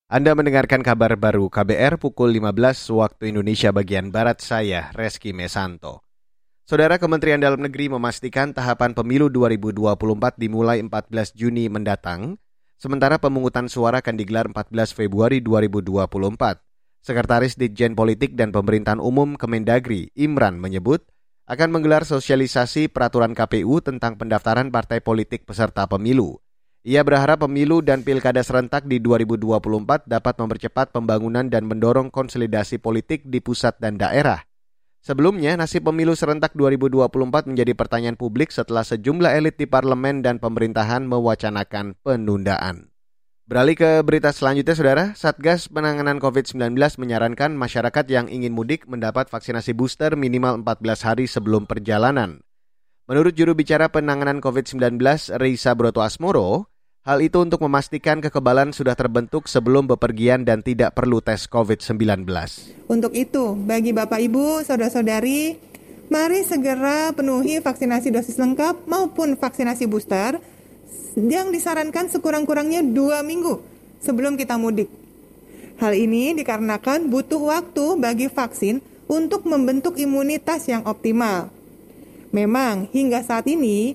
Anda mendengarkan kabar baru KBR pukul 15 waktu Indonesia bagian Barat, saya Reski Mesanto. Saudara, Kementerian Dalam Negeri memastikan tahapan pemilu 2024 dimulai 14 Juni mendatang, sementara pemungutan suara akan digelar 14 Februari 2024. Sekretaris Ditjen Politik dan Pemerintahan Umum Kemendagri, Imran, menyebut akan menggelar sosialisasi peraturan KPU tentang pendaftaran partai politik peserta pemilu. Ia berharap pemilu dan pilkada serentak di 2024 dapat mempercepat pembangunan dan mendorong konsolidasi politik di pusat dan daerah. Sebelumnya, nasib pemilu serentak 2024 menjadi pertanyaan publik setelah sejumlah elit di parlemen dan pemerintahan mewacanakan penundaan. Beralih ke berita selanjutnya, Saudara. Satgas Penanganan COVID-19 menyarankan masyarakat yang ingin mudik mendapat vaksinasi booster minimal 14 hari sebelum perjalanan. Menurut juru bicara penanganan COVID-19, Reisa Brotoasmoro, hal itu untuk memastikan kekebalan sudah terbentuk sebelum bepergian dan tidak perlu tes COVID-19. Untuk itu, bagi Bapak Ibu, Saudara-saudari, mari segera penuhi vaksinasi dosis lengkap maupun vaksinasi booster yang disarankan sekurang-kurangnya 2 minggu sebelum kita mudik. Hal ini dikarenakan butuh waktu bagi vaksin untuk membentuk imunitas yang optimal. Memang hingga saat ini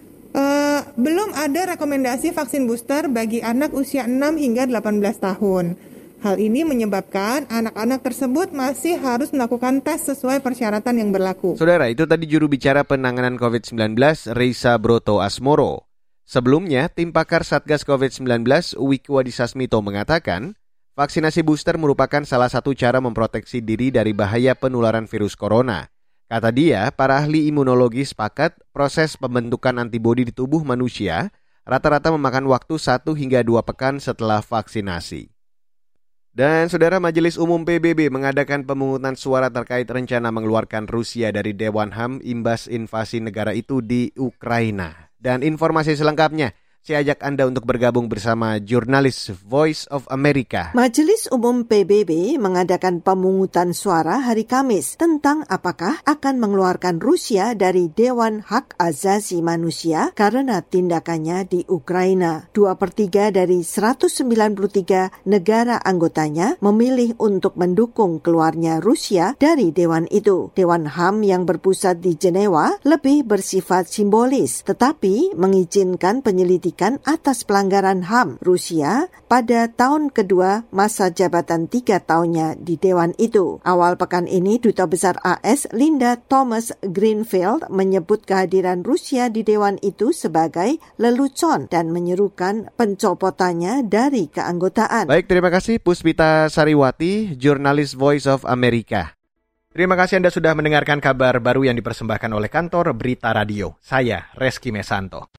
belum ada rekomendasi vaksin booster bagi anak usia 6 hingga 18 tahun. Hal ini menyebabkan anak-anak tersebut masih harus melakukan tes sesuai persyaratan yang berlaku. Saudara, itu tadi juru bicara penanganan COVID-19 Reisa Brotoasmoro. Sebelumnya, tim pakar Satgas COVID-19 Wiku Adhisa Smito mengatakan, vaksinasi booster merupakan salah satu cara memproteksi diri dari bahaya penularan virus corona. Kata dia, para ahli imunologi sepakat proses pembentukan antibodi di tubuh manusia rata-rata memakan waktu 1 hingga 2 pekan setelah vaksinasi. Dan Saudara, Majelis Umum PBB mengadakan pemungutan suara terkait rencana mengeluarkan Rusia dari Dewan HAM imbas invasi negara itu di Ukraina. Dan informasi selengkapnya, saya ajak Anda untuk bergabung bersama jurnalis Voice of America. Majelis Umum PBB mengadakan pemungutan suara hari Kamis tentang apakah akan mengeluarkan Rusia dari Dewan Hak Asasi Manusia karena tindakannya di Ukraina. 2/3 dari 193 negara anggotanya memilih untuk mendukung keluarnya Rusia dari Dewan itu. Dewan HAM yang berpusat di Jenewa lebih bersifat simbolis, tetapi mengizinkan penyelidikan atas pelanggaran HAM Rusia pada tahun kedua masa jabatan 3 tahunnya di Dewan itu. Awal pekan ini, Duta Besar AS Linda Thomas-Greenfield menyebut kehadiran Rusia di Dewan itu sebagai lelucon dan menyerukan pencopotannya dari keanggotaan. Baik, terima kasih Puspita Sariwati, jurnalis Voice of America. Terima kasih Anda sudah mendengarkan kabar baru yang dipersembahkan oleh kantor Berita Radio. Saya Reski Mesanto.